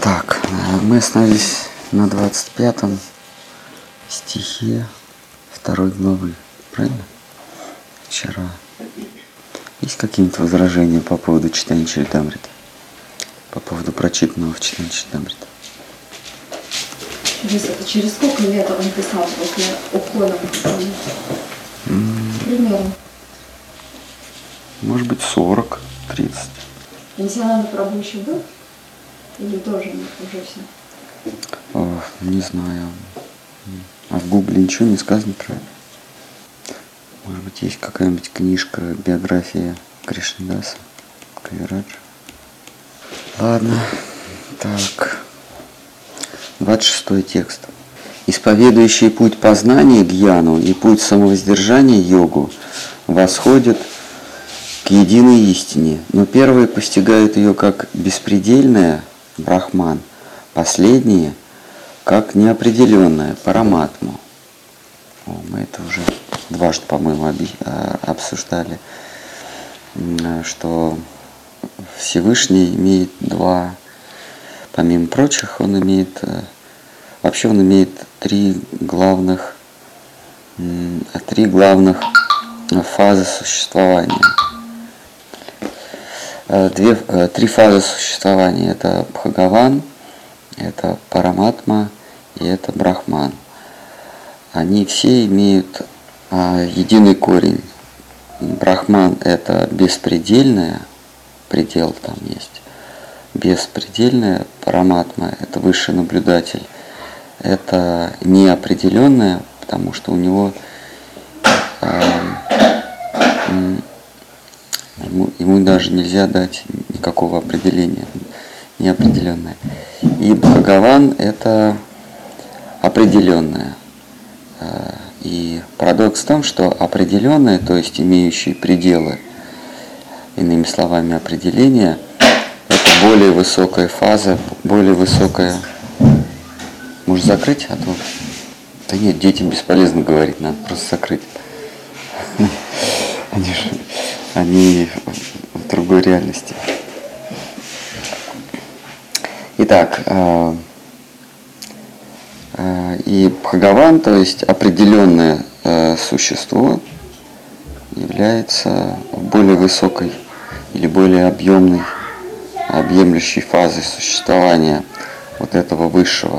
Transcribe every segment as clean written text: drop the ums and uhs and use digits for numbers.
Так, мы остановились на 25 стихе 2 главы, правильно? Вчера. Есть какие-нибудь возражения по поводу читания Чаритамриты? По поводу прочитанного в читании Чаритамриты? Через сколько лет он писал после ухода? Примерно. Может быть, 40, 30. Пенсионерный Прабhu еще был? Или тоже уже все? Не знаю. А в Гугле ничего не сказано про это? Может быть, есть какая-нибудь книжка, биография Кришнадаса, Кавираджа? Ладно. Так. 26 текст. Исповедующий путь познания гьяну и путь самовоздержания йогу восходят к единой истине, но первые постигают ее как беспредельное брахман, последние как неопределенное параматму. Мы это уже дважды, по-моему, обсуждали, что Всевышний имеет два, помимо прочих, он имеет три главных фазы существования. Три фазы существования. Это Бхагаван, это Параматма и это Брахман. Они все имеют единый корень. Брахман – это беспредельное, предел там есть. Беспредельное, Параматма – это высший наблюдатель. Это неопределенное, потому что у него ему даже нельзя дать никакого определения, неопределенное. И Бхагаван – это определенное. И парадокс в том, что определенное, то есть имеющие пределы, иными словами, определение, это более высокая фаза, более высокая... Может закрыть? А то... Да нет, детям бесполезно говорить, надо просто закрыть. Они в другой реальности. Итак, и Бхагаван, то есть определенное существо, является более высокой или более объемлющей фазой существования вот этого высшего.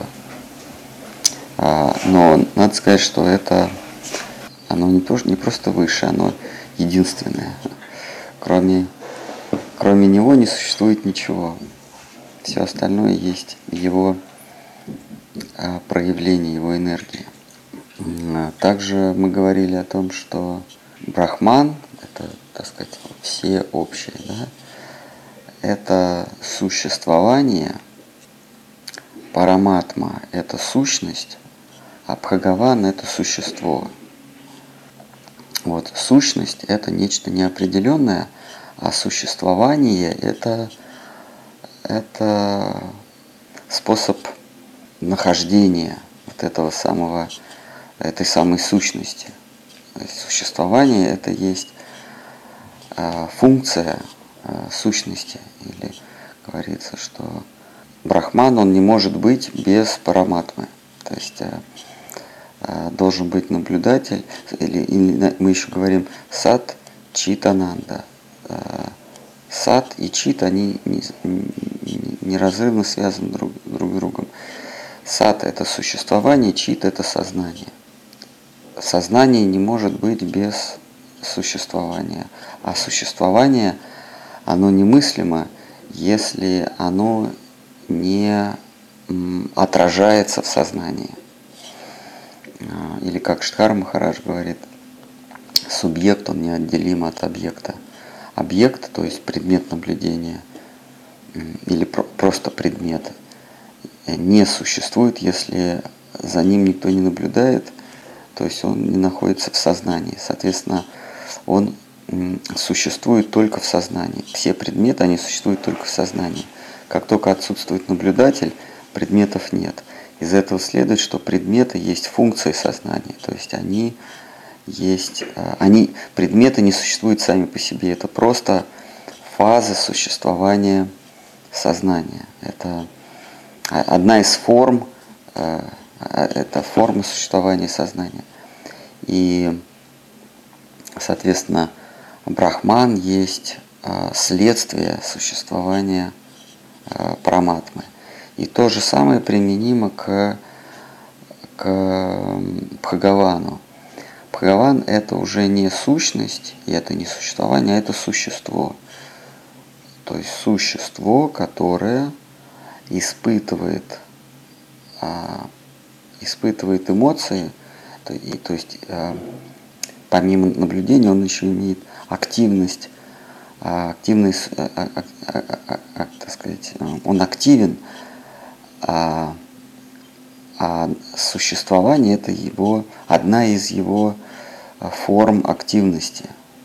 Но надо сказать, что оно не просто высшее, оно единственное. Кроме него не существует ничего. Все остальное есть его проявление, его энергии. Также мы говорили о том, что Брахман, это, так сказать, все общее, да, это существование, Параматма – это сущность, а Бхагаван – это существо. Вот, сущность – это нечто неопределенное, а существование – это способ нахождения вот этой самой сущности. То есть существование – это есть функция сущности. Или говорится, что Брахман, он не может быть без Параматмы. То есть должен быть наблюдатель, или мы еще говорим сат, чит, ананда. Сат и чит, они неразрывно связаны друг с другом. Сат – это существование, чит – это сознание. Сознание не может быть без существования. А существование, оно немыслимо, если оно не отражается в сознании. Или как Штхар Махарадж говорит, субъект, он неотделим от объекта. Объект, то есть предмет наблюдения, или просто предмет, не существует, если за ним никто не наблюдает, то есть он не находится в сознании. Соответственно, он существует только в сознании. Все предметы, они существуют только в сознании. Как только отсутствует наблюдатель, предметов нет. Из этого следует, что предметы есть функции сознания, то есть предметы не существуют сами по себе, это просто фаза существования сознания. Это одна из форм, это форма существования сознания. И, соответственно, Брахман есть следствие существования Параматмы. И то же самое применимо к Бхагавану. Бхагаван – это уже не сущность, и это не существование, а это существо. То есть существо, которое испытывает эмоции, то есть помимо наблюдения он еще имеет активность, так сказать, он активен, а существование – это одна из его форм активности.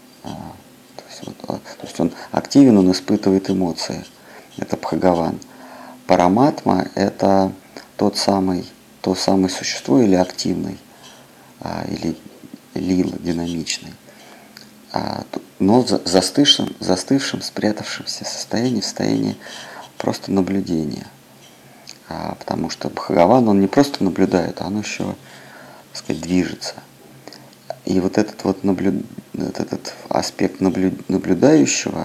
То есть он активен, он испытывает эмоции. Это Бхагаван. Параматма – это то самое существо или активный, или лила, динамичный, но застывшим, спрятавшимся в состоянии просто наблюдения. Потому что Бхагаван, он не просто наблюдает, а он еще, так сказать, движется. И вот этот аспект наблюдающего,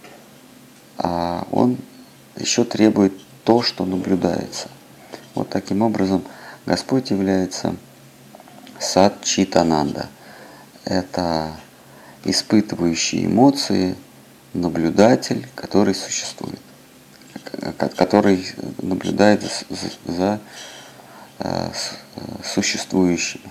он еще требует то, что наблюдается. Вот таким образом Господь является Сат-Чит-Ананда. Это испытывающий эмоции наблюдатель, который существует, который наблюдает за существующими.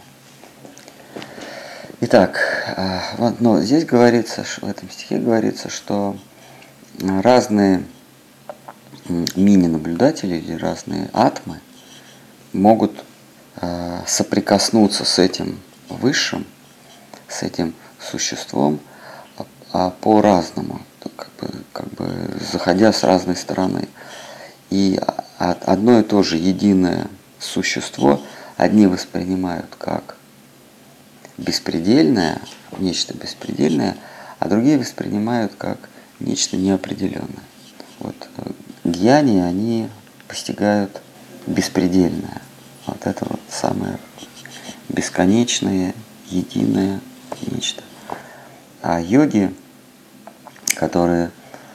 Итак, но здесь говорится, в этом стихе говорится, что разные мини-наблюдатели или разные атмы могут соприкоснуться с этим высшим, с этим существом по-разному, как бы заходя с разной стороны. И одно и то же единое существо одни воспринимают как беспредельное, нечто беспредельное, а другие воспринимают как нечто неопределенное. Вот гьяни, они постигают беспредельное. Вот это вот самое бесконечное, единое нечто. А йоги, которые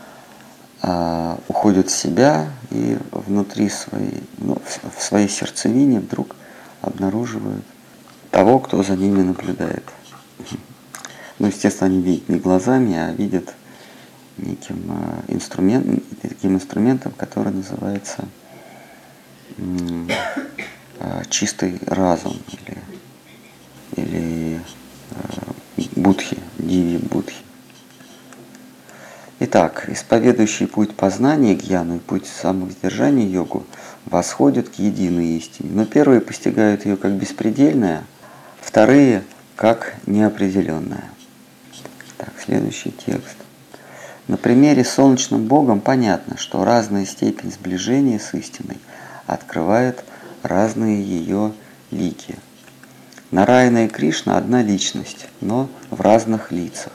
уходят в себя и внутри своей, в своей сердцевине вдруг обнаруживают того, кто за ними наблюдает. Естественно, они видят не глазами, а видят таким инструментом, который называется чистый разум или будхи, диви будхи. Итак, исповедующий путь познания гьяну и путь самовоздержания йогу восходят к единой истине. Но первые постигают ее как беспредельное, вторые как неопределенное. Так, следующий текст. На примере с солнечным богом понятно, что разная степень сближения с истиной открывает разные ее лики. Нараяна и Кришна – одна личность, но в разных лицах.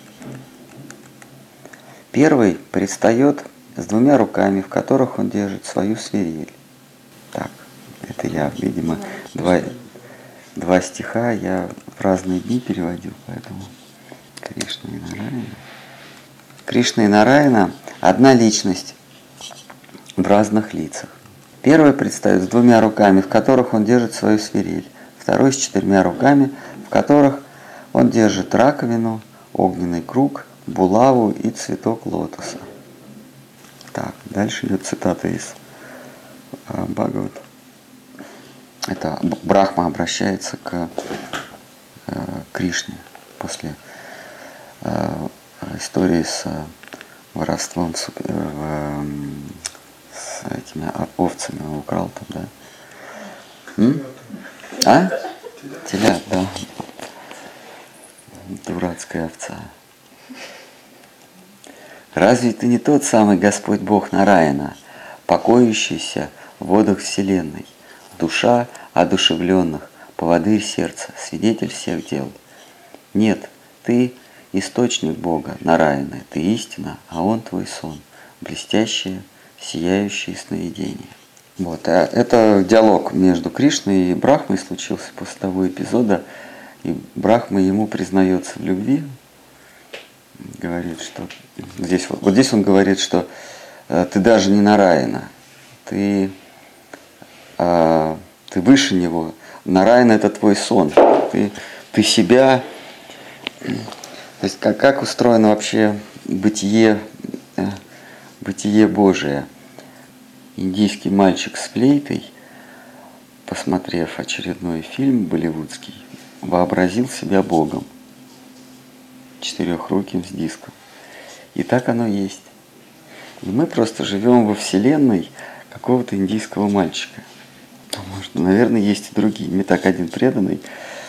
Первый предстает с двумя руками, в которых он держит свою свирель. Так, это я, видимо, два стиха я в разные дни переводил, поэтому Кришна и Нараяна. Кришна и Нараяна – одна личность в разных лицах. Первый предстает с двумя руками, в которых он держит свою свирель. Второй с 4 руками, в которых он держит раковину, огненный круг, булаву и цветок лотоса. Так, дальше идет цитата из Бхагавата. Это Брахма обращается к Кришне после истории с воровством, с этими овцами он украл там, да? Телят, да. Дурацкая овца. Разве ты не тот самый Господь Бог Нараяна, покоящийся в водах вселенной, душа одушевленных, поводырь сердца, свидетель всех дел? Нет, ты источник Бога Нараяны, ты истина, а Он твой сон, блестящее, сияющее сновидение. Вот. Это диалог между Кришной и Брахмой случился после того эпизода. И Брахма ему признается в любви. Говорит, что здесь вот здесь он говорит, что ты даже не Нараяна, ты выше него. Нараяна — это твой сон. Ты себя. То есть как устроено вообще бытие Божие. Индийский мальчик с флейтой, посмотрев очередной фильм болливудский, вообразил себя Богом, четырехруким с диском. И так оно есть. И мы просто живем во вселенной какого-то индийского мальчика. Может, наверное, есть и другие. Мне так один преданный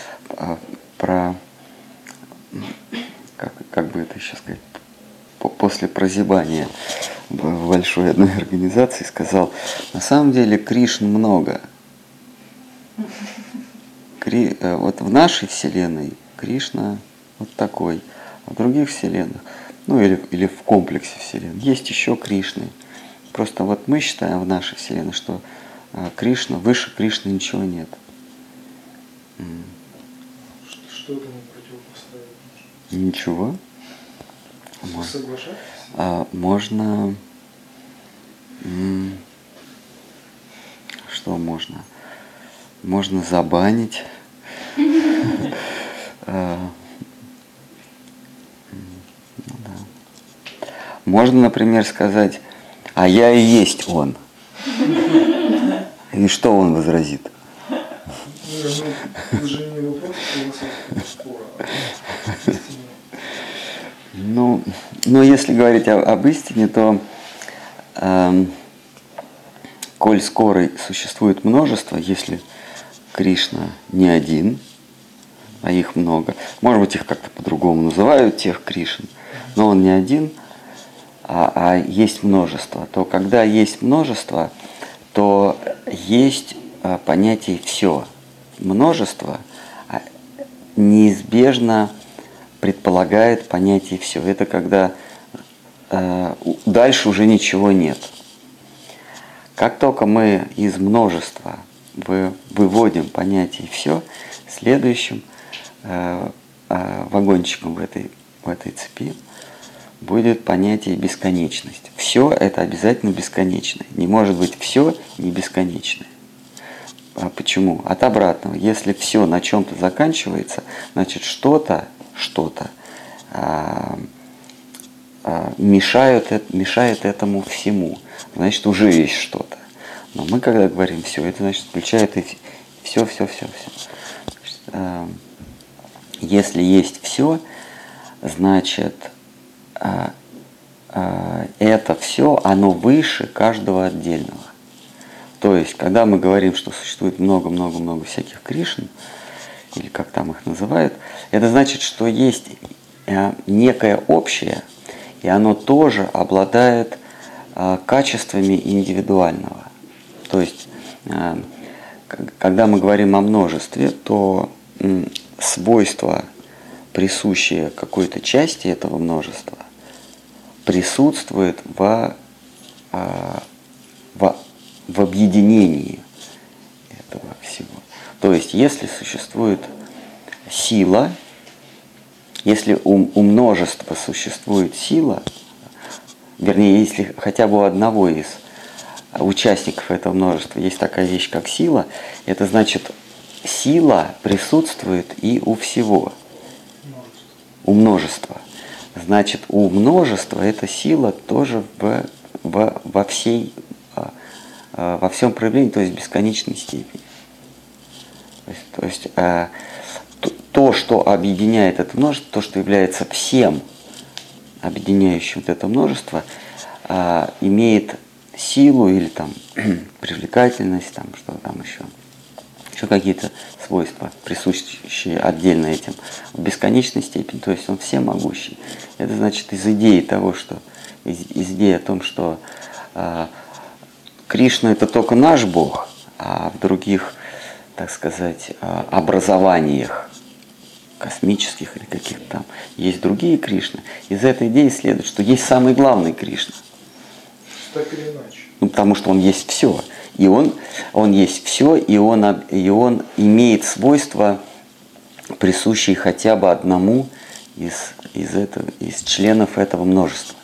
как бы это еще сказать, после прозябания в большой одной организации сказал: на самом деле Кришн много. Вот в нашей вселенной Кришна вот такой, а в других вселенных, или в комплексе вселенной, есть еще Кришны. Просто вот мы считаем в нашей вселенной, что Кришна, выше Кришны ничего нет. Что этому противопоставить? Ничего. Соглашаться? Можно. Что можно? Можно забанить. Можно, например, сказать: а я и есть он. И что он возразит? Это же не вопрос философского спора, а истины. Но если говорить об истине, то коль скоро существует множество, если Кришна не один, а их много, может быть, их как-то по-другому называют, тех Кришн, но он не один, а есть множество, то когда есть множество, то есть понятие «все». Множество неизбежно предполагает понятие «все». Это когда дальше уже ничего нет. Как только мы из множества выводим понятие «все», следующим вагончиком в этой цепи будет понятие «бесконечность». Все это обязательно бесконечное. Не может быть все не бесконечное. А почему? От обратного. Если все на чем-то заканчивается, значит что-то мешает этому всему. Значит, уже есть что-то. Но мы, когда говорим все, это значит включает и все. Если есть все, значит это все, оно выше каждого отдельного. То есть, когда мы говорим, что существует много-много-много всяких Кришн, или как там их называют, это значит, что есть некое общее, и оно тоже обладает качествами индивидуального. То есть, когда мы говорим о множестве, то свойства, присущие какой-то части этого множества, присутствуют в объединении этого всего. То есть, если существует сила, если у множества существует сила, вернее, если хотя бы у одного из участников этого множества есть такая вещь, как сила, это значит, сила присутствует и у всего, у множества. Значит, у множества эта сила тоже во всем проявлении, то есть в бесконечной степени. То есть то, что объединяет это множество, то, что является всем объединяющим вот это множество, имеет силу или там привлекательность, там что там еще какие-то свойства, присущие отдельно этим в бесконечной степени, то есть он всемогущий. Это значит из идеи того, что из идеи о том, что Кришна это только наш Бог, а в других, так сказать, образованиях космических или каких-то там есть другие Кришны. Из этой идеи следует, что есть самый главный Кришна. Так или иначе. Потому что он есть все. он есть все, и он имеет свойства, присущие хотя бы одному из членов этого множества.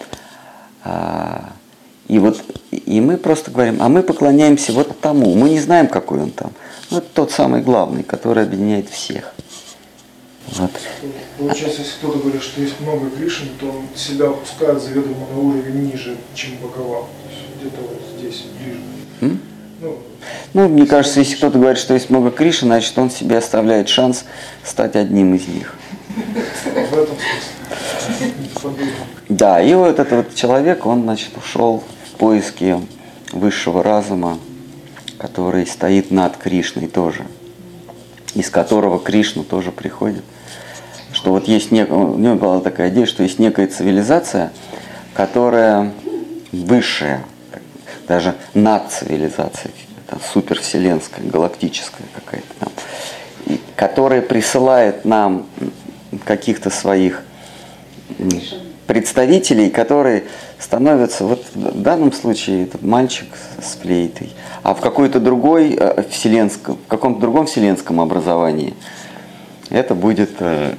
И мы просто говорим, а мы поклоняемся вот тому, мы не знаем, какой он там. Ну, это тот самый главный, который объединяет всех. Вот. Получается, если кто-то говорит, что есть много Кришн, то он себя опускает заведомо на уровень ниже, чем Бхагаван. Где-то вот здесь, ближе. Ну, мне кажется, если кто-то говорит, что есть много Кришн, значит, он себе оставляет шанс стать одним из них. В этом смысле. Да, и вот этот вот человек, он, значит, ушел в поиски высшего разума, который стоит над Кришной тоже, из которого Кришна тоже приходит. Что вот есть у него была такая идея, что есть некая цивилизация, которая высшая, даже над цивилизацией, супервселенская, галактическая какая-то там, которая присылает нам каких-то своих представителей, которые становятся, вот в данном случае этот мальчик с флейтой, а в какой-то другой вселенском, в каком-то другом вселенском образовании это будет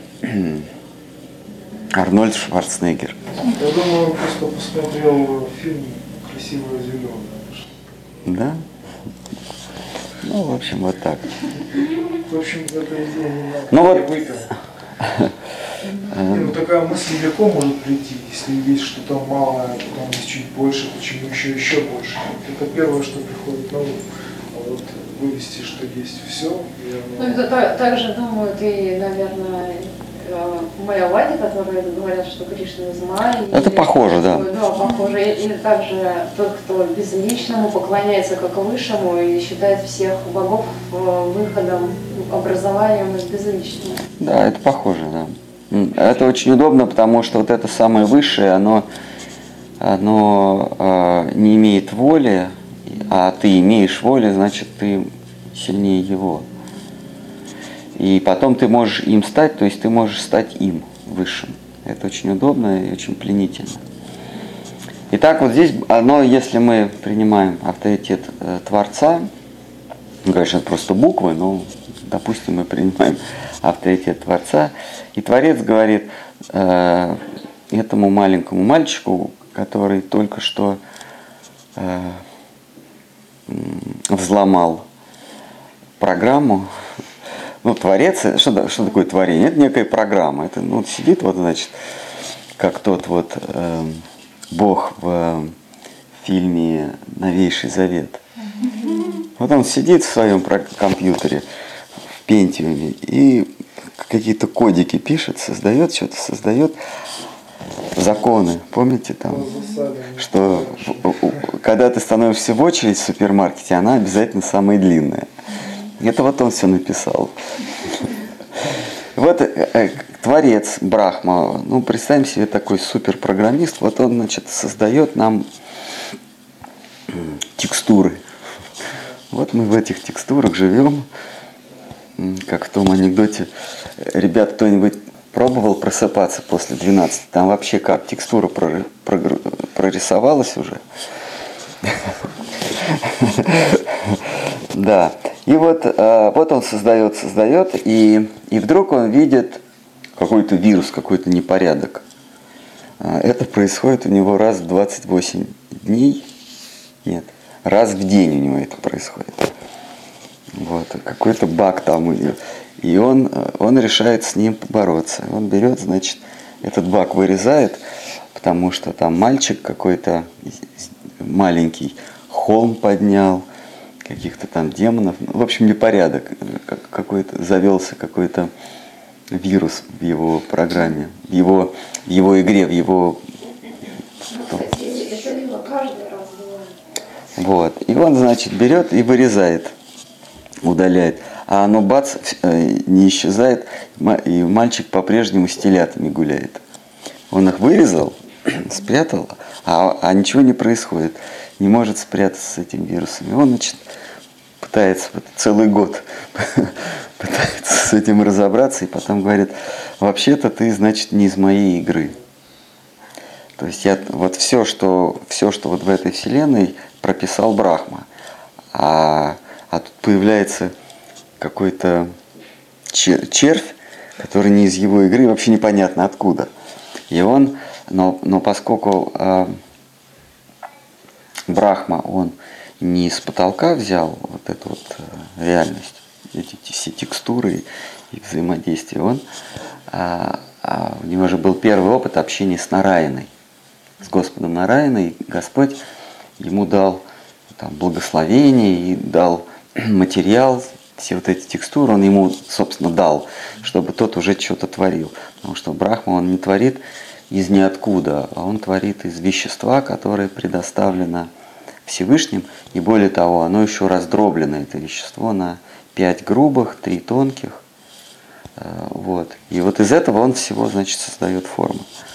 Арнольд Шварценеггер. Я думаю, он просто посмотрел фильм «Красивая зеленая». Да? Ну, в общем, вот так. В общем, это идея не надо. Ну вот. Такая мысль легко может прийти, если есть что-то малое, потом есть чуть больше, почему еще больше. Это первое, что приходит на ум. А вот вывести, что есть все. Ну, это также думают и, наверное, майявади, которые говорят, что Кришна из Майи. Это похоже, да. Да, похоже. Или также тот, кто безличному поклоняется как высшему и считает всех богов выходом, образованием из безличного. Да, это похоже, да. Это очень удобно, потому что вот это самое высшее, оно не имеет воли, а ты имеешь волю, значит, ты сильнее его. И потом ты можешь им стать, то есть ты можешь стать им высшим. Это очень удобно и очень пленительно. Итак, вот здесь если мы принимаем авторитет Творца, конечно, это просто буквы, но, допустим, мы принимаем авторитет Творца, и Творец говорит этому маленькому мальчику, который только что взломал программу. Ну, Творец, что такое творение? Это некая программа. Это сидит, значит, как тот Бог в фильме «Новейший Завет». Вот он сидит в своем компьютере, в Пентиуме, и какие-то кодики пишет, создает, что-то создает. Законы, помните там, что когда ты становишься в очередь в супермаркете, она обязательно самая длинная. Это вот он все написал. Вот Творец Брахма, представим себе такой суперпрограммист, вот он, значит, создает нам текстуры. Вот мы в этих текстурах живем, как в том анекдоте. Ребят, кто-нибудь пробовал просыпаться после 12? Там вообще как? Текстура прорисовалась уже? Да. И вот он создает, и вдруг он видит какой-то вирус, какой-то непорядок. Это происходит у него раз в 28 дней. Нет, раз в день у него это происходит. Вот, какой-то баг там. И он решает с ним побороться. Он берет, значит, этот баг вырезает, потому что там мальчик какой-то маленький холм поднял, каких-то там демонов. В общем, непорядок. Завелся какой-то вирус в его программе, в его игре, в его... Это каждый раз бывает. Вот. И он, значит, берет и вырезает, удаляет. А оно бац, не исчезает, и мальчик по-прежнему с телятами гуляет. Он их вырезал, спрятал, а ничего не происходит. Не может спрятаться с этим вирусом. И он, значит, пытается целый год пытается с этим разобраться, и потом говорит: вообще-то ты, значит, не из моей игры. То есть все, что вот в этой вселенной прописал Брахма. А тут появляется какой-то червь, который не из его игры, вообще непонятно откуда. И он, но поскольку Брахма, он не с потолка взял вот эту вот реальность, эти все текстуры и взаимодействия, у него же был первый опыт общения с Нараяной, с Господом Нараяной, и Господь ему дал там благословение и дал материал, все вот эти текстуры он ему, собственно, дал, чтобы тот уже что-то творил. Потому что Брахма, он не творит из ниоткуда, а он творит из вещества, которое предоставлено Всевышним. И более того, оно еще раздроблено, это вещество, на 5 грубых, 3 тонких. Вот. И вот из этого он всего, значит, создает форму.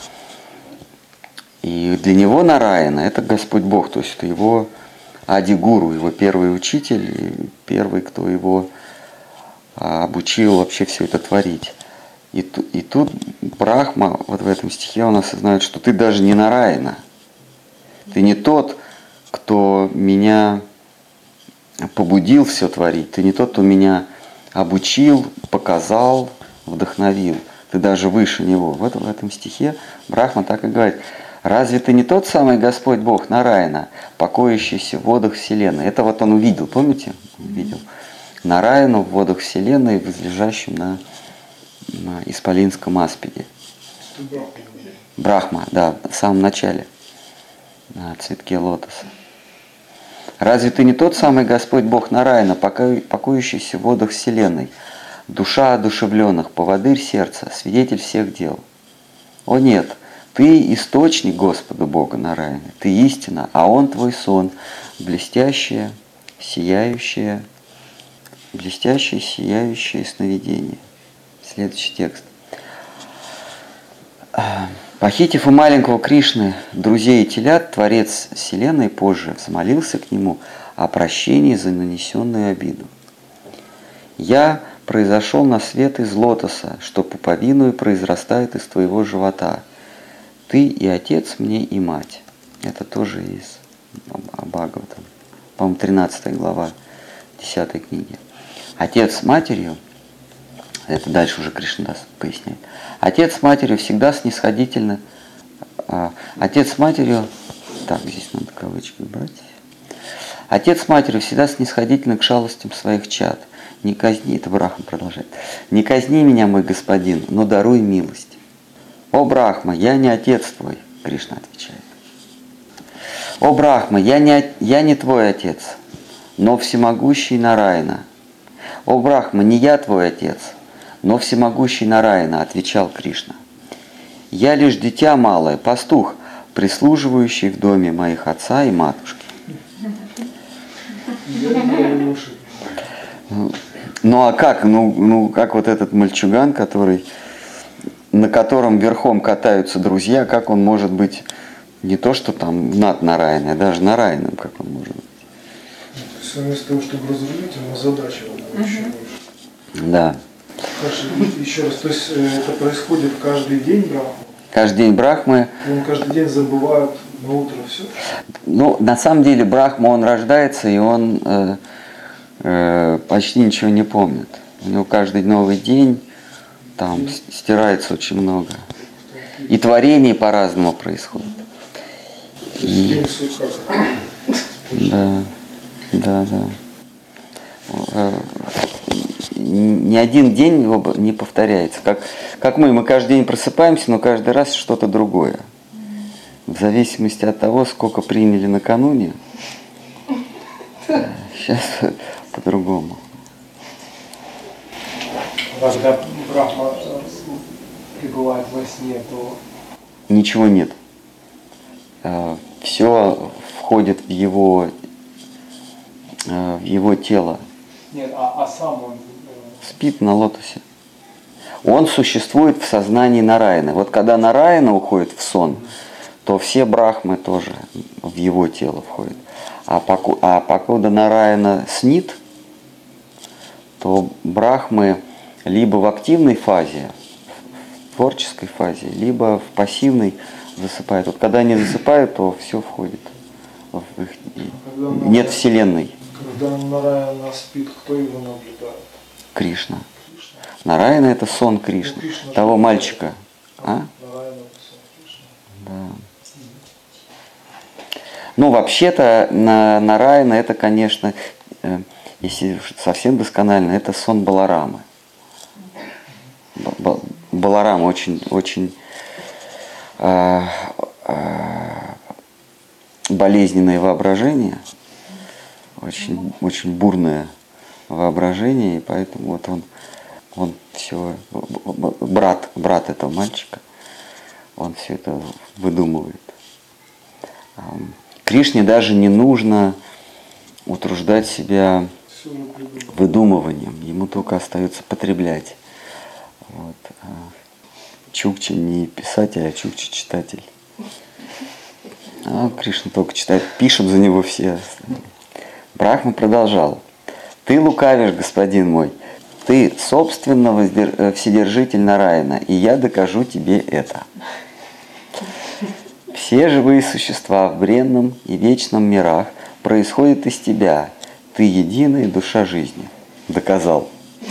И для него Нараяна – это Господь Бог, то есть это его Ади-гуру, его первый учитель, и первый, кто его обучил вообще все это творить. И тут Брахма, вот в этом стихе он осознает, что ты даже не Нараяна. Ты не тот, кто меня побудил все творить. Ты не тот, кто меня обучил, показал, вдохновил. Ты даже выше него. Вот в этом стихе Брахма так и говорит. Разве ты не тот самый Господь Бог Нараяна, покоящийся в водах Вселенной? Это вот он увидел, помните? Он видел Нараяну в водах Вселенной, возлежащем на исполинском аспиде. Брахма, да, в самом начале, на цветке лотоса. Разве ты не тот самый Господь Бог Нараяна, покоящийся в водах Вселенной, душа одушевленных, поводырь сердца, свидетель всех дел? О нет! Ты источник Господа Бога Нараяны, ты истина, а Он твой сон, блестящее, сияющее сновидение. Следующий текст. Похитив у маленького Кришны друзей и телят, Творец Вселенной позже взмолился к нему о прощении за нанесенную обиду. «Я произошел на свет из лотоса, что пуповиною произрастает из твоего живота. Ты и отец мне и мать». Это тоже из Бхагаватам, по-моему, 13 глава 10 книги. Отец с матерью, это дальше уже Кришнадас поясняет, отец с матерью всегда снисходительно, отец с матерью, так, здесь надо кавычки убрать, отец с матерью всегда снисходительно к шалостям своих чад. Не казни, это Брахма продолжает, не казни меня, мой господин, но даруй милость. «О, Брахма, я не отец твой», Кришна отвечает. «О, Брахма, я не твой отец, но всемогущий Нараяна». «О, Брахма, не я твой отец, но всемогущий Нараяна», отвечал Кришна. «Я лишь дитя малое, пастух, прислуживающий в доме моих отца и матушки». Ну а как? Ну как вот этот мальчуган, на котором верхом катаются друзья, как он может быть не то, что там над Нараяной, а даже Нараяном, как он может быть? То есть вместо того, чтобы разрулить, он озадачивал еще больше. Да. Еще раз, то есть это происходит каждый день Брахмы? Каждый день Брахмы. И он каждый день забывает на утро все? Ну, на самом деле Брахма, он рождается, и он почти ничего не помнит. У него каждый новый день там стирается очень много. И творение по-разному происходит. Да. Ни один день его не повторяется. Как мы каждый день просыпаемся, но каждый раз что-то другое. В зависимости от того, сколько приняли накануне. Сейчас по-другому. Когда Брахма пребывает во сне, то... Ничего нет. Все входит в его тело. Нет, а сам он... Спит на лотосе. Он существует в сознании Нараяны. Вот когда Нараяна уходит в сон, то все брахмы тоже в его тело входят. А покуда Нараяна снит, то брахмы либо в активной фазе, в творческой фазе, либо в пассивной засыпают. Вот когда они засыпают, то все входит в их... Нет Вселенной. Когда Нараяна спит, кто его наблюдает? Кришна. Кришна. Нараяна — это сон Кришны, Кришна того же мальчика. А? Нараяна это сон Кришны. Да. Ну, вообще-то, Нараяна — это, конечно, если совсем досконально, это сон Баларамы. Баларама очень болезненное воображение, очень бурное воображение, и поэтому вот он все, брат этого мальчика, он все это выдумывает. Кришне даже не нужно утруждать себя выдумыванием, ему только остается потреблять. Вот. Чукча не писатель, а Чукча читатель. А Кришна только читает, пишут за него все. Брахма продолжал. Ты лукавишь, господин мой, ты собственно вседержитель Нараяна, и я докажу тебе это. Все живые существа в бренном и вечном мирах происходят из тебя. Ты единая душа жизни. Доказал.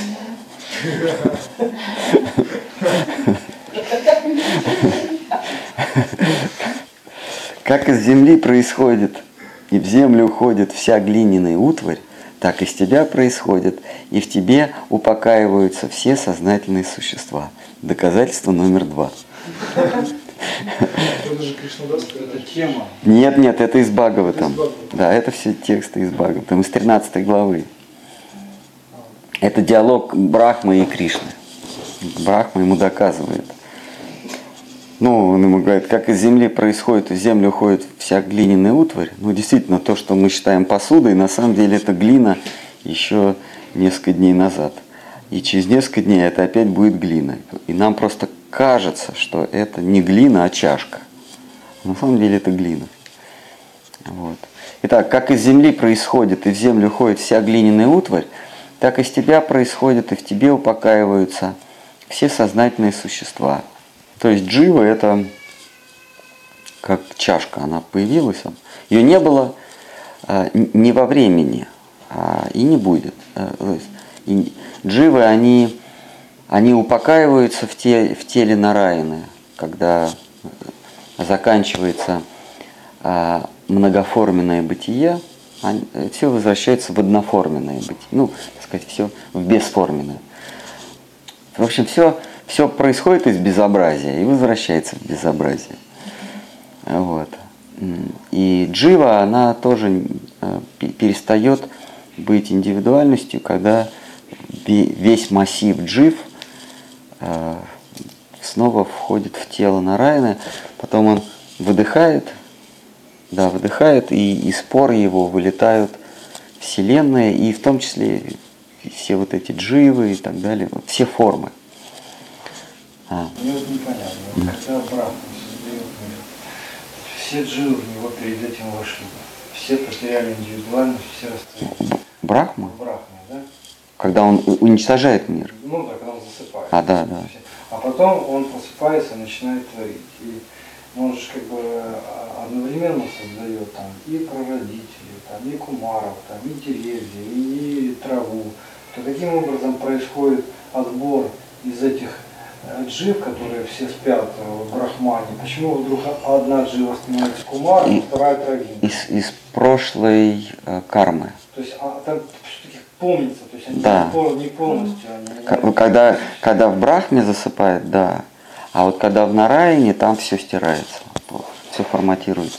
Как из земли происходит и в землю уходит вся глиняная утварь, так из тебя происходит, и в тебе упокаиваются все сознательные существа. Доказательство номер 2. Это же Кришнадас. Это тема. Нет, это из Бхагаватам. Да, это все тексты из Бхагаватам, из 13 главы. Это диалог Брахмы и Кришны. Брахма ему доказывает. Ну, он ему говорит, как из земли происходит, в землю уходит вся глиняная утварь. Ну, действительно, то, что мы считаем посудой, на самом деле это глина еще несколько дней назад. И через несколько дней это опять будет глина. И нам просто кажется, что это не глина, а чашка. На самом деле это глина. Вот. Итак, как из земли происходит и в землю уходит вся глиняная утварь, так из тебя происходит и в тебе упокаиваются все сознательные существа. То есть джива — это как чашка, она появилась, ее не было не во времени и не будет. И дживы, они упокаиваются в теле Нараяны, когда заканчивается многоформенное бытие, все возвращается в одноформенное бытие, ну, так сказать, все в бесформенное. В общем, все происходит из безобразия и возвращается в безобразие. Вот. И джива, она тоже перестает быть индивидуальностью, когда весь массив джив снова входит в тело Нараяны, потом он выдыхает, и из спор его вылетают вселенные, и в том числе все вот эти дживы и так далее, вот, все формы. Мне вот непонятно, когда Брахма создает мир, все дживы в него перед этим вошли, все потеряли индивидуальность, все расстались. Брахма? Брахма, да? Когда он уничтожает мир. Ну да, когда он засыпает. Да. А потом он просыпается и начинает творить. И он же как бы одновременно создает там и прародителей, там, и кумаров, там, и деревья, и траву. То каким образом происходит отбор из этих джив, которые все спят в Брахмане? Почему вдруг одна джива становится кумаром, а вторая травиной? Из прошлой кармы. То есть там все-таки помнится, то есть они Да. не полностью. Они Когда в Брахме засыпает, да. А вот когда в Нараяне, там все стирается, все форматируется.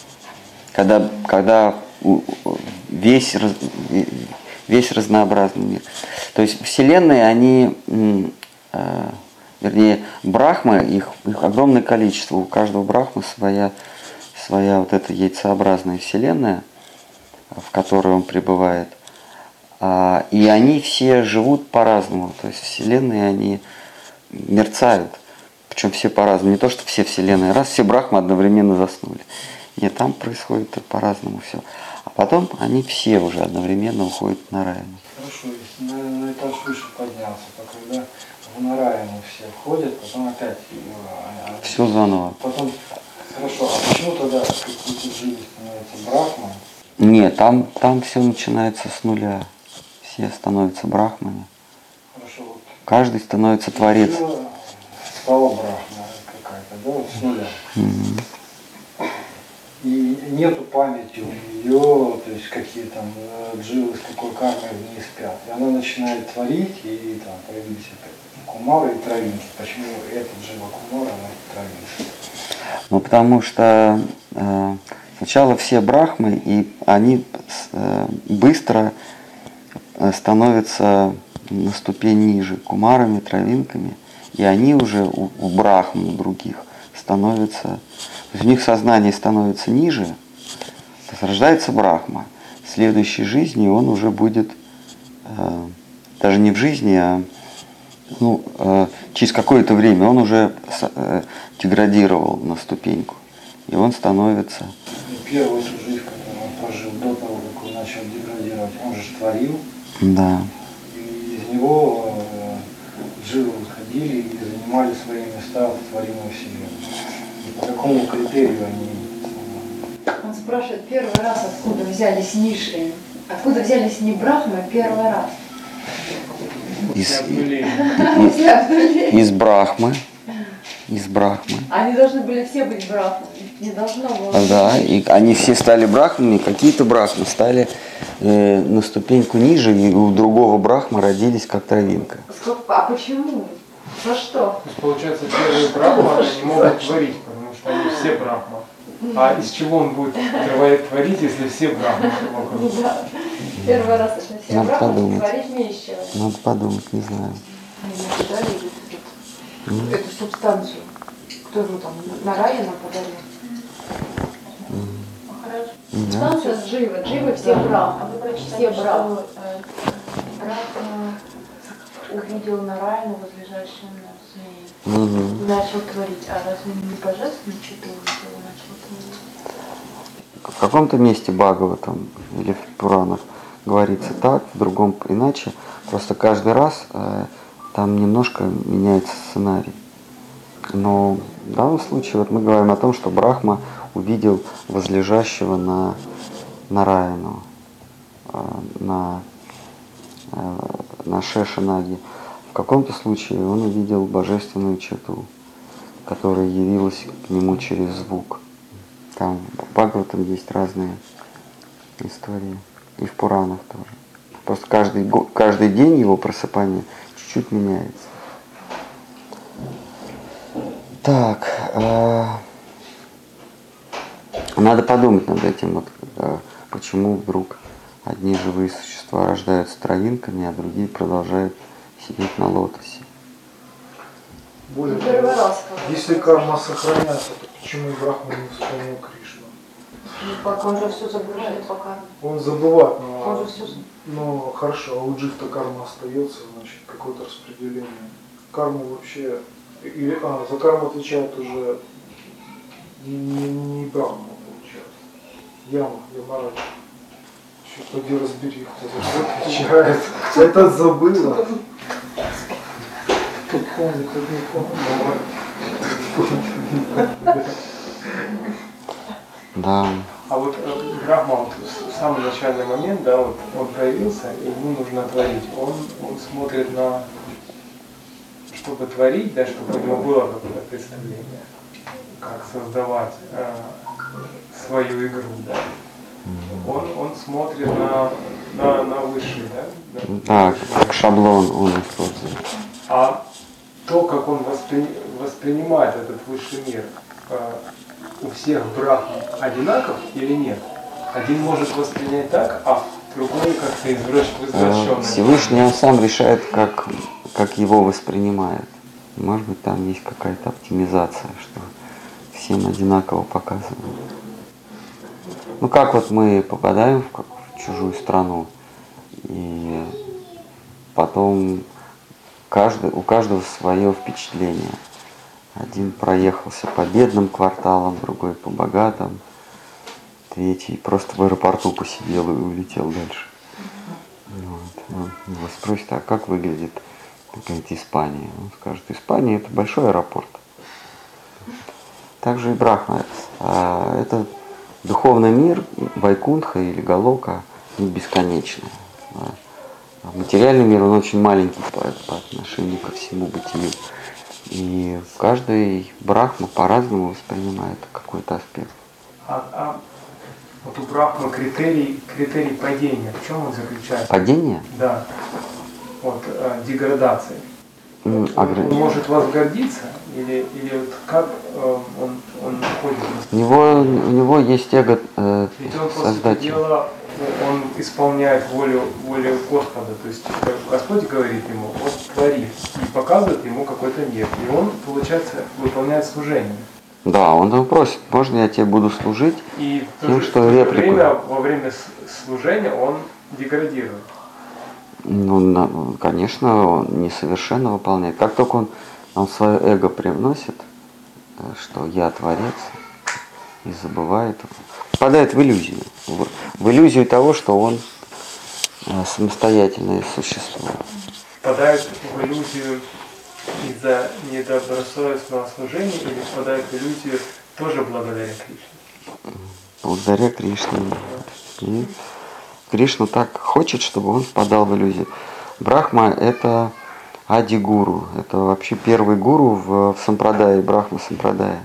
Когда весь разнообразный мир. То есть вселенные, они, вернее, брахмы, их огромное количество. У каждого брахмы своя вот эта яйцеобразная вселенная, в которой он пребывает. И они все живут по-разному. То есть вселенные, они мерцают. Причем все по-разному. Не то, что все вселенные раз, все брахмы одновременно заснули. Нет, там происходит по-разному все. А потом они все уже одновременно уходят в Нараяну. Хорошо, если на этаж выше поднялся, то когда в Нараяну все входят, потом опять... Все заново. Потом, хорошо, а почему тогда какие-то дживы становятся брахмой? Нет, там все начинается с нуля. Все становятся брахмами. Хорошо, вот. Каждый становится творец. Стала брахма какая-то, да, вот с нуля. И нету памяти у нее, то есть какие там дживы, с какой кармой в ней спят. И она начинает творить, и там появились опять кумары и травинки. Почему этот джива кумара, она травинки? Ну, потому что сначала все брахмы, и они быстро становятся на ступень ниже, кумарами, травинками, и они уже у брахм, у других, становятся, то есть у них сознание становится ниже, то есть рождается брахма. В следующей жизни он уже будет, даже не в жизни, а через какое-то время он уже деградировал на ступеньку, и он становится... Первую эту жизнь, которую он прожил до того, как он начал деградировать, он же творил. Да. И из него дживы выходили и занимали свои места в творимой вселенной. И по какому критерию они... Он спрашивает, первый раз откуда взялись низшие? Откуда взялись не брахмы, а первый раз? Из брахмы. Из брахмы. Они должны были все быть брахмами. Не должно было. Да, и они все стали брахмами, какие-то брахмы стали на ступеньку ниже, и у другого брахма родились как травинка. А почему? За что? То есть, получается, первые брахмы не могут творить, потому что они все брахма. А из чего он будет творить, если все брахмы вокруг? Да. Первый раз это все Надо брахмы, подумать. творить не из чего. Надо подумать, не знаю. Они подарили эту субстанцию. Кто его там на рае нам подарил? Да. Субстанция с дживы. Дживы все брахмы. А вы прочитали, Все брахмы. что Брахма увидел Нараяну, возлежащего на змее, Угу. и начал творить. А разве не божественный что-то увидел и начал творить? В каком-то месте Бхагаватам или в Пуранах говорится так, в другом иначе. Просто каждый раз там немножко меняется сценарий. Но в данном случае вот мы говорим о том, что Брахма увидел возлежащего на Нараяну, на Шешанаге. В каком-то случае он увидел божественную читу, которая явилась к нему через звук. Там в Бхагаватам есть разные истории, и в Пуранах тоже. Просто каждый день его просыпания чуть-чуть меняется. Так, надо подумать над этим, вот, почему вдруг одни живые существа рождаются травинками, а другие продолжают сидеть на лотосе. Более Первый того, раз, когда если карма сохраняется, то почему Брахма не вспомнил Кришну? Пока он же все забывает, пока. Он забывает, Он же все... но хорошо, а у джив-то карма остается, значит, какое-то распределение. Карму вообще, за карму отвечает уже не Брахма, получается. Ямарадж. Еще поди разбери, кто за что отвечает. Это забыла. Тут помню, тут не помню. Да. А вот Брахма вот, в самый начальный момент, да, вот он проявился, и ему нужно творить. Он смотрит на, чтобы творить, да, чтобы у него было какое-то представление, как создавать свою игру, да. Он смотрит на высший, да? Так, как шаблон он использует. А то, как он воспринимает этот высший мир, у всех брахм одинаков или нет? Один может воспринять так, а другой как-то извращенно. Всевышний он сам решает, как его воспринимает. Может быть, там есть какая-то оптимизация, что всем одинаково показывают. Ну как вот мы попадаем в чужую страну, и потом у каждого свое впечатление. Один проехался по бедным кварталам, другой по богатым, третий просто в аэропорту посидел и улетел дальше. Вот. Его спросят, а как выглядит какая-то Испания? Он скажет, Испания это большой аэропорт. Также и Брахма. Это Духовный мир, Вайкунтха или Галока, не бесконечный. А материальный мир, он очень маленький по отношению ко всему бытию. И каждый брахма по-разному воспринимает какой-то аспект. Вот у Брахмы критерий падения, в чем он заключается? Падение? Да. Вот деградации. Он Ограничение. может возгордиться или вот как он находит? У него есть эго Ведь он после создателя. дела он исполняет волю Господа, то есть Господь говорит ему, вот твори, и показывает ему какой-то мир, и он, получается, выполняет служение. Да, он его просит, можно я тебе буду служить И в тем, то что же реплику. время, во время служения он деградирует. Ну, конечно, он несовершенно выполняет. Как только он свое эго привносит, что я творец, и забывает, впадает в иллюзию. В иллюзию того, что он самостоятельное существо. Впадает в иллюзию из-за недобросовестного служения или впадает в иллюзию тоже благодаря Кришне? Благодаря Кришне. И Кришна так хочет, чтобы он впадал в иллюзию. Брахма – это ади-гуру, это вообще первый гуру в сампрадае, брахма-сампрадае.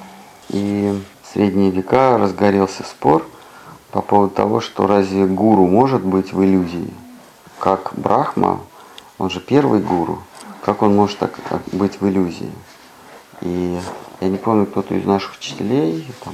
И в средние века разгорелся спор по поводу того, что разве гуру может быть в иллюзии? Как Брахма, он же первый гуру, как он может так быть в иллюзии? И я не помню, кто-то из наших учителей, там,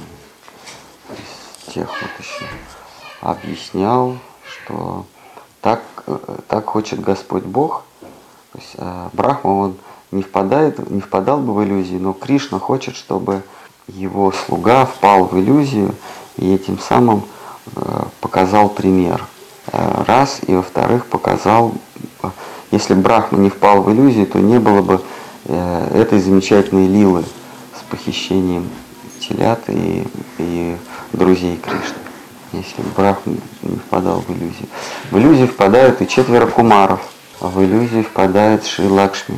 из тех вот еще, объяснял, что так хочет Господь Бог. То есть Брахма, он не впадал бы в иллюзию, но Кришна хочет, чтобы его слуга впал в иллюзию и этим самым показал пример. Раз, и во-вторых, показал, если бы Брахма не впал в иллюзию, то не было бы этой замечательной лилы с похищением телят и друзей Кришны. Если бы Брахма не впадал в иллюзию. В иллюзию впадают и 4 кумаров, а в иллюзию впадает Шри Лакшми.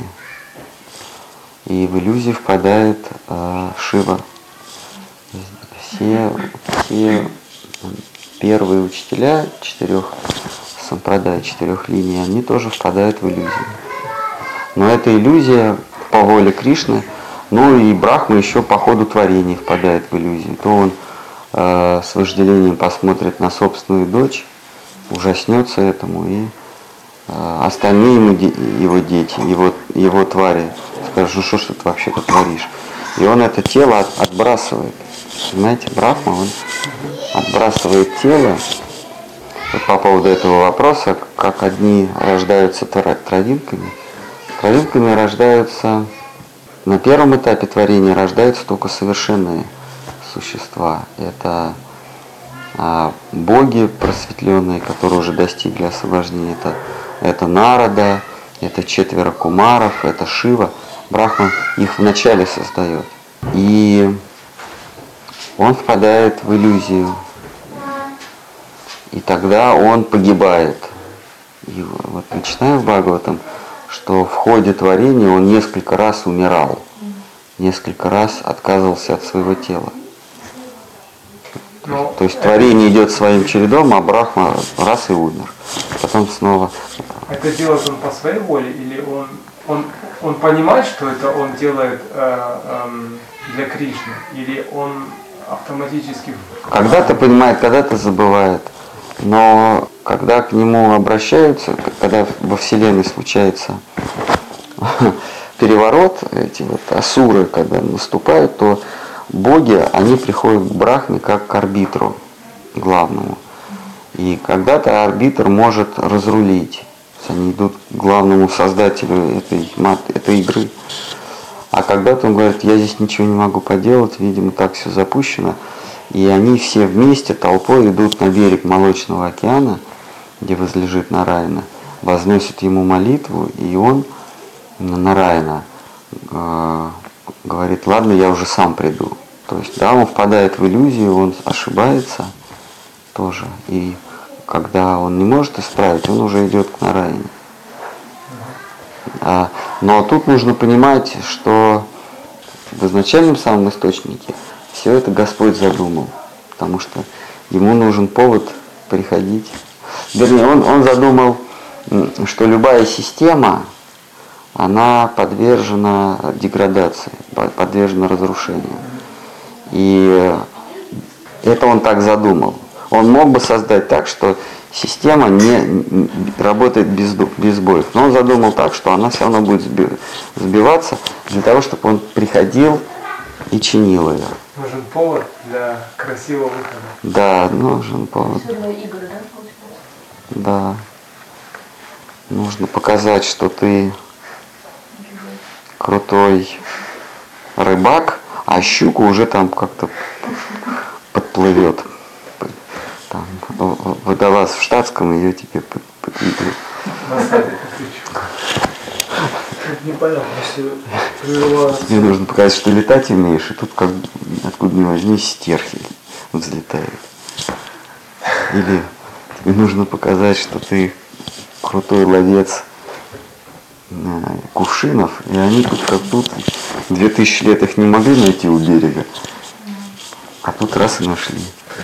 И в иллюзию впадает Шива. Все первые учителя 4 сампрадай, 4 линий, они тоже впадают в иллюзию. Но эта иллюзия по воле Кришны, ну и Брахма еще по ходу творения впадает в иллюзию. То он с вожделением посмотрит на собственную дочь, ужаснется этому, и остальные его дети, его твари скажут, ну что ж ты вообще-то творишь. И он это тело отбрасывает. Понимаете, Брахма, он отбрасывает тело. Вот по поводу этого вопроса, как одни рождаются травинками. Травинками рождаются, на первом этапе творения рождаются только совершенные существа. Это боги просветленные, которые уже достигли освобождения. Это Нарада, это 4 кумаров, это Шива. Брахма их вначале создает. И он впадает в иллюзию. И тогда он погибает. И вот мы читаем в Бхагаватам, что в ходе творения он несколько раз умирал. Несколько раз отказывался от своего тела. То есть творение идет своим чередом, а Брахма раз и умер. Потом снова. Это делает он по своей воле или он понимает, что это он делает для Кришны, или он автоматически... Когда-то понимает, когда-то забывает. Но когда к нему обращаются, когда во Вселенной случается переворот, эти вот асуры, когда наступают, то боги, они приходят к Брахме как к арбитру главному. И когда-то арбитр может разрулить. Они идут к главному создателю этой игры. А когда-то он говорит, я здесь ничего не могу поделать, видимо, так все запущено. И они все вместе, толпой, идут на берег Молочного океана, где возлежит Нараяна, возносят ему молитву, и он, Нараяна, говорит, ладно, я уже сам приду. То есть, да, он впадает в иллюзию, он ошибается тоже. И когда он не может исправить, он уже идет к Нараяне. Но тут нужно понимать, что в изначальном самом источнике все это Господь задумал. потому что ему нужен повод приходить. Вернее, он задумал, что любая система, она подвержена деградации, подвержена разрушению. И это он так задумал. Он мог бы создать так, что система не работает без сбоев. Но он задумал так, что она все равно будет сбиваться для того, чтобы он приходил и чинил ее. Нужен повод для красивого выхода. Да, нужен повод. Сегодня игры, да, получается? Да. Нужно показать, что ты крутой рыбак, а щука уже там как-то подплывет. Там водолаз в штатском ее тебе подведет. Непонятно, если прерывается. Тебе нужно показать, что летать умеешь, и тут как откуда ни возьми стерхи взлетают. Или тебе нужно показать, что ты крутой ловец кувшинов, и они тут как тут 2000 лет их не могли найти у берега, а тут раз и нашли.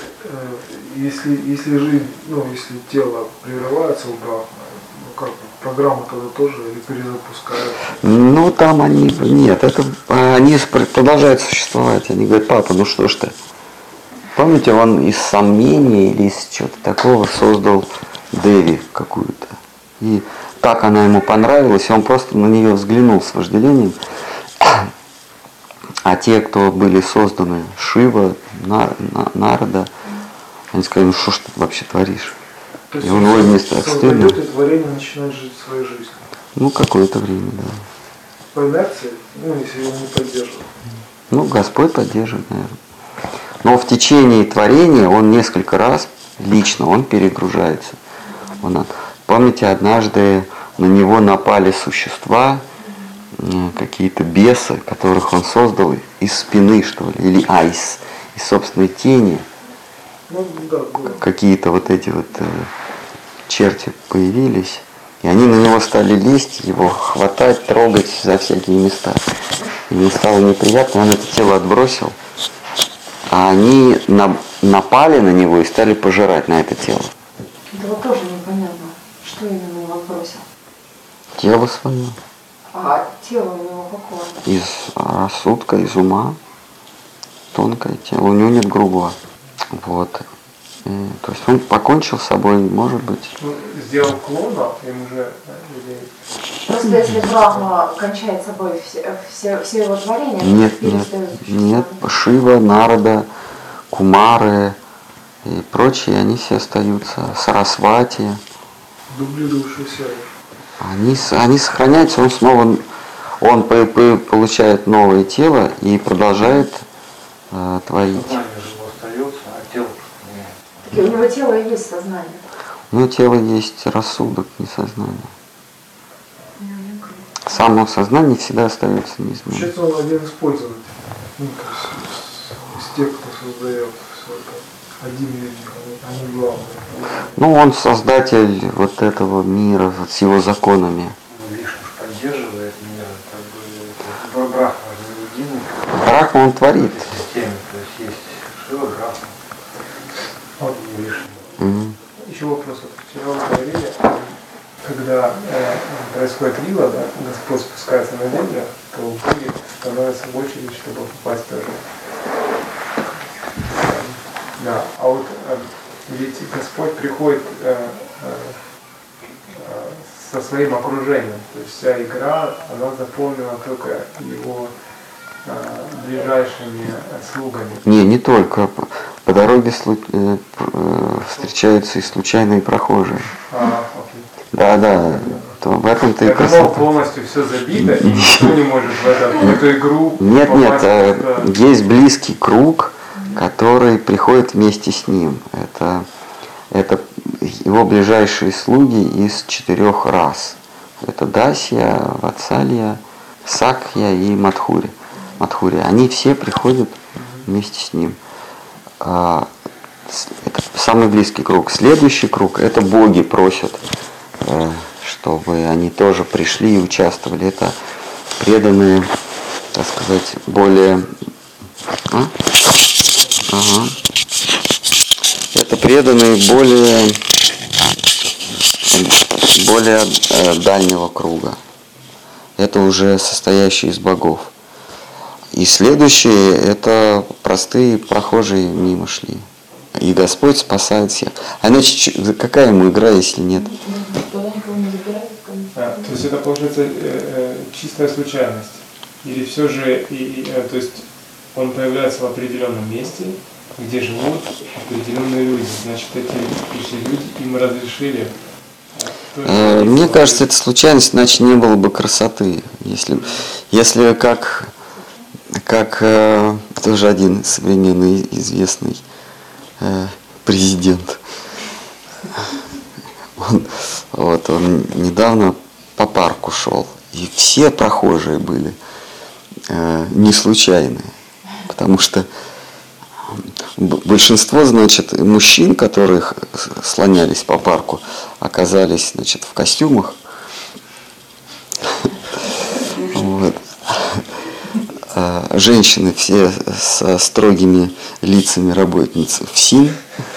Если жизнь, если тело прерывается у Брахмана, как бы программу тогда тоже или перезапускают? Ну там нет, они продолжают существовать. Они говорят: папа, ну что ж ты? Помните, он из сомнений или из чего-то такого создал Деви какую-то. И так она ему понравилась, и он просто на нее взглянул с вожделением. А те, кто были созданы, Шива, Нарада, они сказали: ну что ж ты вообще творишь? То есть И он вместо стыдно. создает, и творение начинает жить своей жизнью. Ну, какое-то время, да. По инерции, если его не поддерживают. Ну, Господь поддерживает, наверное. Но в течение творения он несколько раз лично он перегружается. Помните, однажды на него напали существа, какие-то бесы, которых он создал из спины, что ли, или из собственной тени. Ну, да. Какие-то вот эти вот черти появились, и они на него стали лезть, его хватать, трогать за всякие места. Ему стало неприятно, он это тело отбросил, а они напали на него и стали пожирать на это тело. Это вот тоже непонятно, что именно он отбросил. Тело свое. А тело у него какое? Из рассудка, из ума. Тонкое тело. У него нет грубого. Вот. То есть он покончил с собой, может быть. Ну, сделал клона, им уже... Просто если Брахма кончает собой все его творения, Нет. Шива, Нарада, Кумары и прочие, они все остаются. Сарасвати. Дублирующий сервис. Они сохраняются, он получает новое тело и продолжает творить. Сознание же остается, а тело меняется. Так у него тело и есть сознание. Но тело есть рассудок, не сознание. Само сознание всегда остается неизменным. Получается, он один из пользователей. То есть из тех, кто создает все это. Один из них, они главные. Ну, он создатель вот этого мира с его законами. Вишну поддерживает мир, как бы Брахма же не единый Брахма он творит. в системе, то есть есть Шива, Брахма, вот и Вишну. Еще вопрос. Вчера вы говорили, когда происходит лила, да, Господь спускается на землю, то у Боги становится в очередь, чтобы попасть тоже. Да, а вот ведь Господь приходит со своим окружением, то есть вся игра, она заполнена только его ближайшими слугами. Не только. По дороге встречаются и случайные прохожие. Окей. Да. То в этом-то и Это красота. полностью все забито, и никто не может в эту игру Нет, есть близкий круг, который приходит вместе с ним. Это его ближайшие слуги из 4 рас. Это Дасья, Ватсалья, Сакья и Мадхури. Они все приходят вместе с ним. Это самый близкий круг. Следующий круг — это боги просят, чтобы они тоже пришли и участвовали. Это преданные, так сказать, более... это преданные более дальнего круга. Это уже состоящие из богов. И следующие это простые прохожие мимо шли. И Господь спасает всех. А иначе какая ему игра, если нет? То есть это получается чистая случайность? Или все же, то есть он появляется в определенном месте, где живут определенные люди. Значит, эти люди им разрешили. Мне кажется, это случайность, иначе не было бы красоты. Если как тоже один современный известный президент, он недавно по парку шел, и все прохожие были не случайные, потому что большинство, значит, мужчин, которые слонялись по парку, оказались, значит, в костюмах. Вот. А женщины все со строгими лицами работниц ФСИН,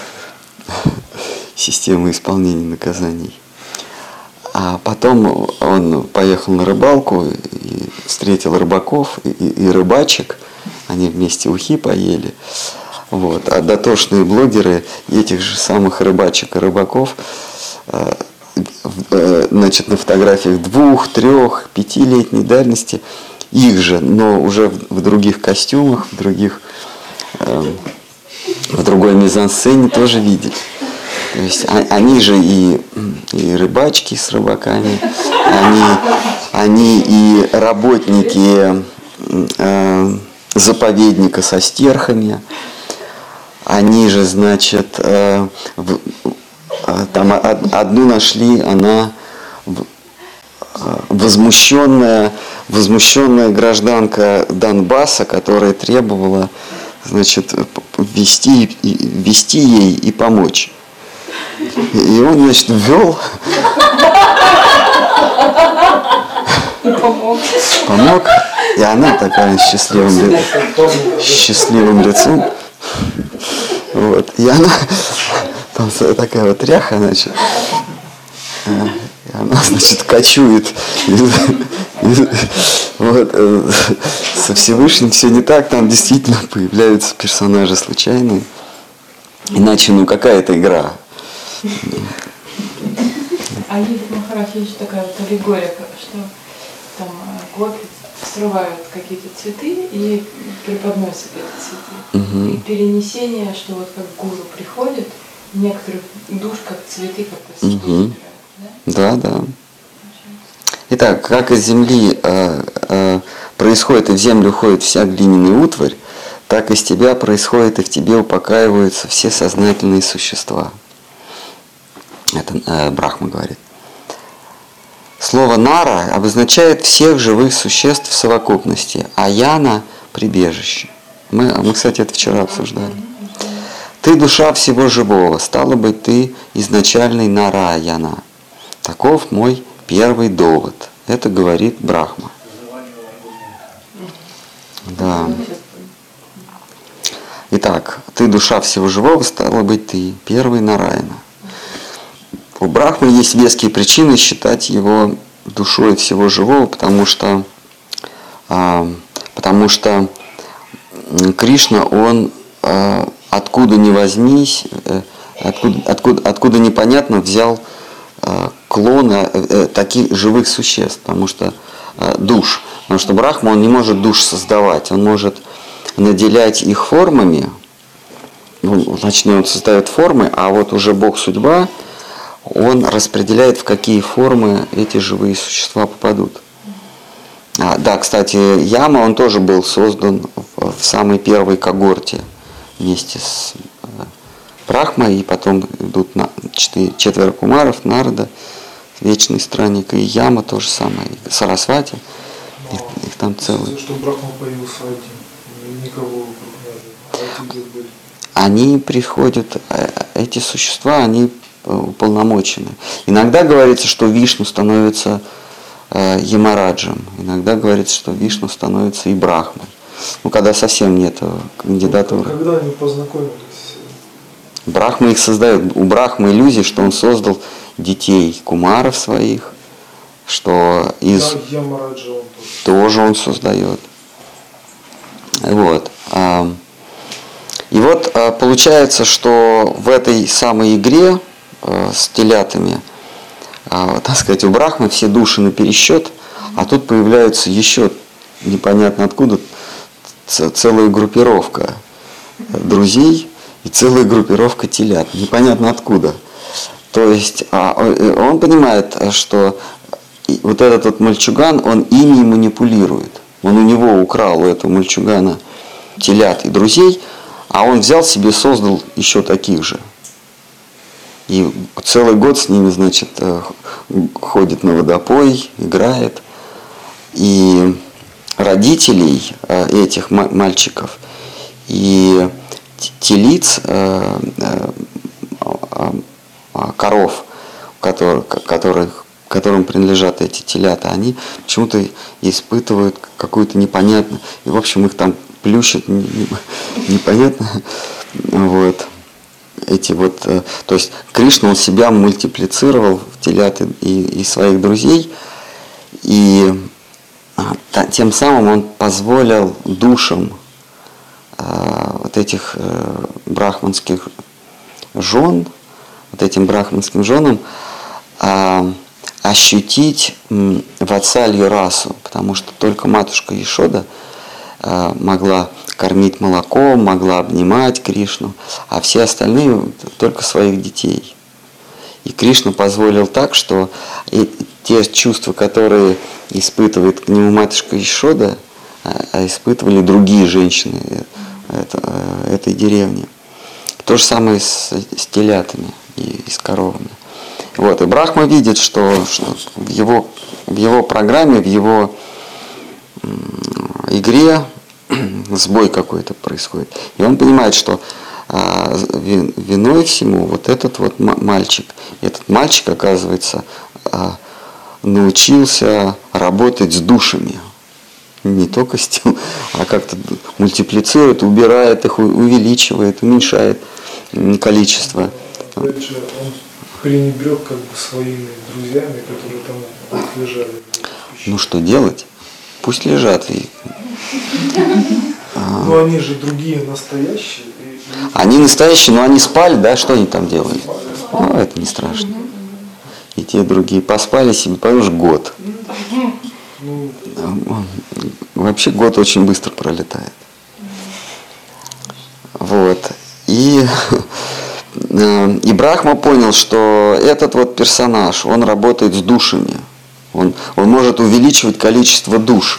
система исполнения наказаний. А потом он поехал на рыбалку и встретил рыбаков и рыбачек. Они вместе ухи поели. Вот. А дотошные блогеры этих же самых рыбачек и рыбаков, значит, на фотографиях 2, 3, 5-летней давности, их же, но уже в других костюмах, в другой мизансцене тоже видели. То есть они же и рыбачки с рыбаками, они и работники заповедника со стерхами, они же, значит, там одну нашли, она возмущенная гражданка Донбасса, которая требовала, значит, вести ей и помочь. И он, значит, ввел. Помог. И она такая с счастливым лицом. Вот. И она, там такая вот ряха, значит, и она, значит, кочует. Вот. Со Всевышним все не так, там действительно появляются персонажи случайные. Иначе, ну, какая это игра? А есть, Махарадж, есть такая вот аллегория, что там гопи срывают какие-то цветы и преподносят эти цветы. Угу. И перенесение, что вот как гуру приходит, некоторых душ как цветы как-то собирают, да? Да. Итак, как из земли происходит и в землю уходит вся глиняная утварь, так из тебя происходит и в тебе упокаиваются все сознательные существа. Это Брахма говорит. Слово «нара» обозначает всех живых существ в совокупности, а «яна» – прибежище. Мы, кстати, это вчера обсуждали. Ты душа всего живого, стало быть, ты изначальный Нараяна. Таков мой первый довод. Это говорит Брахма. Да. Итак, ты душа всего живого, стало быть, ты первый Нараяна. У Брахмы есть веские причины считать его душой всего живого, потому что Кришна, он откуда ни возьмись, откуда непонятно взял клоны таких живых существ, потому что душ. Потому что Брахма, он не может душ создавать, он может наделять их формами, значит, он создает формы, а вот уже Бог Судьба, он распределяет, в какие формы эти живые существа попадут. Да, кстати, Яма, он тоже был создан в самой первой когорте вместе с Брахмой, и потом идут четверо кумаров, Нарада, Вечный Странник, и Яма то же самое, и Сарасвати, их там целый. Что Брахма появился один, никого вокруг не было. Они приходят, эти существа, они уполномочены. Иногда говорится, что Вишну становится Ямараджем, иногда говорится, что Вишну становится и Брахмой. Ну, когда совсем нет кандидатуры. Когда они познакомились? Брахма их создает. У Брахмы иллюзия, что он создал детей кумаров своих, что из... Ямараджа он тоже он создает. Вот. И вот получается, что в этой самой игре с телятами, так сказать, у Брахмы все души на пересчет, а тут появляются еще непонятно откуда целая группировка друзей и целая группировка телят. Непонятно откуда. То есть он понимает, что вот этот вот мальчуган, он ими манипулирует. Он у него украл, у этого мальчугана, телят и друзей, а он взял себе, создал еще таких же. И целый год с ними, значит, ходит на водопой, играет. И родителей этих мальчиков и телиц, коров, которым принадлежат эти телята, они почему-то испытывают какую-то непонятную, и в общем их там плющат непонятно, вот, эти вот, то есть Кришна, он себя мультиплицировал в телят и своих друзей, и тем самым он позволил душам вот этих брахманских жен, вот этим брахманским женам ощутить ватсалью расу, потому что только матушка Ешода могла кормить молоком, могла обнимать Кришну, а все остальные только своих детей. И Кришна позволил так, что те чувства, которые испытывает к нему матушка Ешода, испытывали другие женщины этой деревни. То же самое с телятами и с коровами. Вот, и Брахма видит, что в его программе, в его игре сбой какой-то происходит. И он понимает, что виной всему вот этот вот мальчик. Этот мальчик, оказывается, научился работать с душами. Не только с тем, а как-то мультиплицирует, убирает их, увеличивает, уменьшает количество. Опять же, он пренебрег как бы своими друзьями, которые там лежали. Ну что делать? Пусть лежат. Но они же другие настоящие. Они настоящие, но они спали, да? Что они там делали? Ну, это не страшно. И те другие поспали себе, понимаешь, год. Вообще год очень быстро пролетает. Вот. И Брахма понял, что этот вот персонаж, он работает с душами. Он может увеличивать количество душ.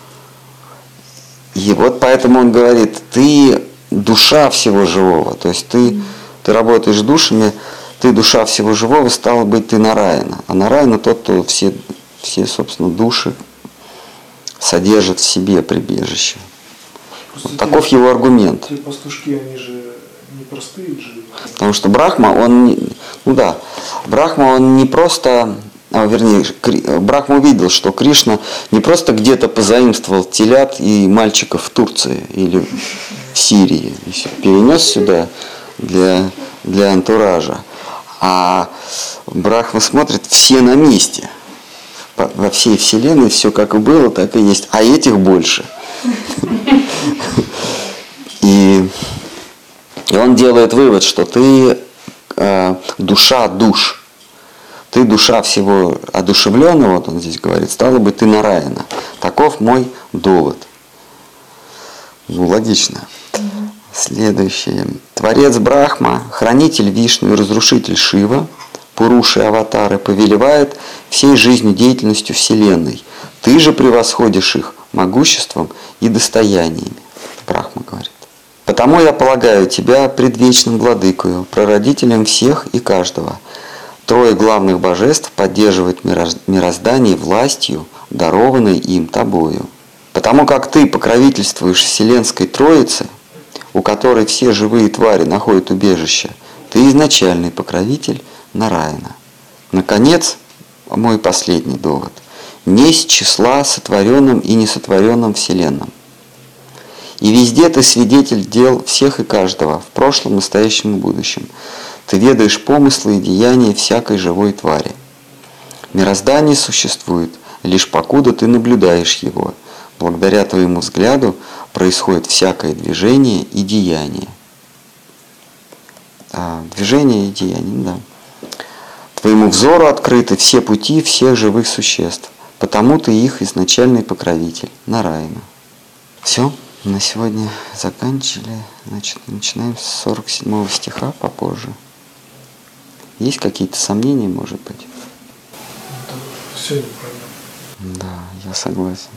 И вот поэтому он говорит, ты душа всего живого. То есть ты работаешь с душами, ты душа всего живого, стало быть, ты Нараяна. А Нараяна тот, кто все, собственно, души содержит в себе прибежище. Вот таков его аргумент. Те пастушки, они же не простые же. Потому что Брахма, Брахма, он не просто, Брахма увидел, что Кришна не просто где-то позаимствовал телят и мальчиков в Турции или в Сирии, и перенес сюда для антуража, а Брахма смотрит, все на месте. Во всей вселенной все как и было, так и есть, а этих больше. И он делает вывод, что ты душа душ. Ты душа всего одушевленного, вот он здесь говорит, стало быть, ты Нараяна. Таков мой довод. Ну, логично. Следующее. Творец Брахма, хранитель Вишну и разрушитель Шива, Пуруши аватары, повелевает всей жизнедеятельностью Вселенной. Ты же превосходишь их могуществом и достояниями, Брахма говорит. Потому я полагаю тебя предвечным владыкою, прародителем всех и каждого. Трое главных божеств поддерживают мироздание властью, дарованной им тобою. Потому как ты покровительствуешь Вселенской Троице, у которой все живые твари находят убежище, ты изначальный покровитель Нараяна. Наконец, мой последний довод. Несть числа сотворенным и несотворенным Вселенным. И везде ты свидетель дел всех и каждого, в прошлом, настоящем и будущем. Ты ведаешь помыслы и деяния всякой живой твари. Мироздание существует, лишь покуда ты наблюдаешь его. Благодаря твоему взгляду происходит всякое движение и деяние. Движение и деяние, да. Твоему взору открыты все пути всех живых существ, потому ты их изначальный покровитель, Нараяна. Все, на сегодня заканчивали. Значит, начинаем с 47 стиха попозже. Есть какие-то сомнения, может быть? Все неправильно. Да, я согласен.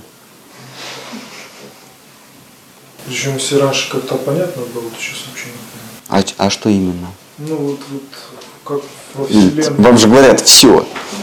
Причем если раньше как-то понятно было, то сейчас вообще не понятно. А что именно? Ну вот как во Вселенной. Вам же говорят все.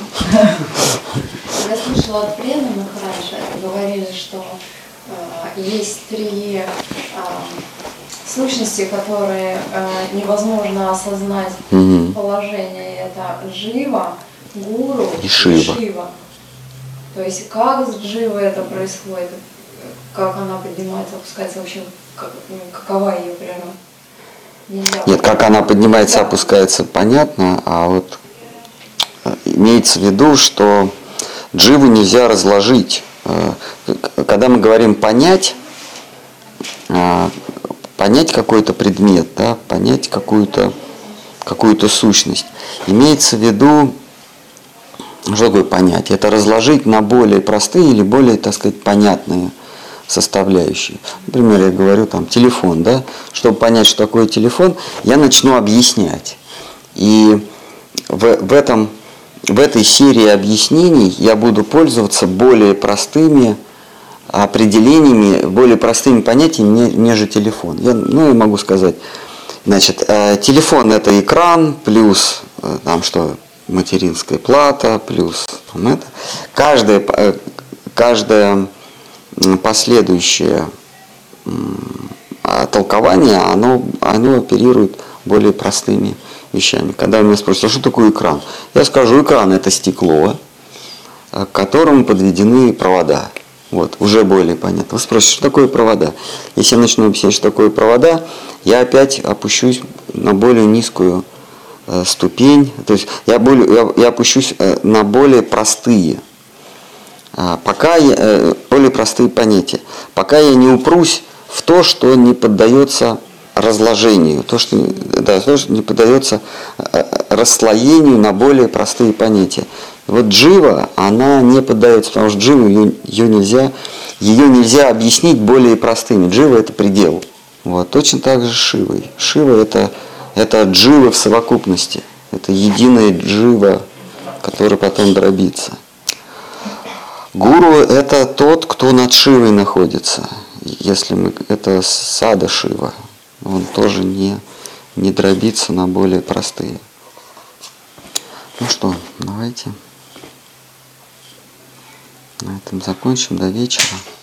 Я слышала от преданных раньше, говорили, что есть три сущности, которые невозможно осознать положение. Это Джива, Гуру И Шива. То есть как с Дживой это происходит, как она поднимается, опускается, вообще какова ее природа? Нельзя. Нет, как она поднимается, опускается, понятно, а вот имеется в виду, что дживу нельзя разложить. Когда мы говорим понять какой-то предмет, да, понять какую-то сущность, имеется в виду, что такое понять? Это разложить на более простые или более, так сказать, понятные составляющие. Например, я говорю там телефон, да, чтобы понять, что такое телефон, я начну объяснять. И в этой серии объяснений я буду пользоваться более простыми определениями, более простыми понятиями, нежели телефон. Я могу сказать, значит, телефон — это экран, плюс там что, материнская плата, плюс там это. Каждое последующее толкование, оно оперирует более простыми вещами. Когда меня спросят, что такое экран? Я скажу, экран — это стекло, к которому подведены провода. Вот, уже более понятно. Вы спросите, что такое провода? Если я начну объяснять, что такое провода, я опять опущусь на более низкую ступень, то есть я опущусь на более простые, более простые понятия. Пока я не упрусь в то, что не поддается разложению, то, что не поддается расслоению на более простые понятия. Вот джива, она не поддается, потому что дживу ее нельзя объяснить более простыми. Джива — это предел. Вот. Точно так же с Шивой. Шива — это джива в совокупности. Это единая джива, которая потом дробится. Гуру — это тот, кто над Шивой находится. Это сада Шива. Он тоже не дробится на более простые. Ну что, давайте на этом закончим. До вечера.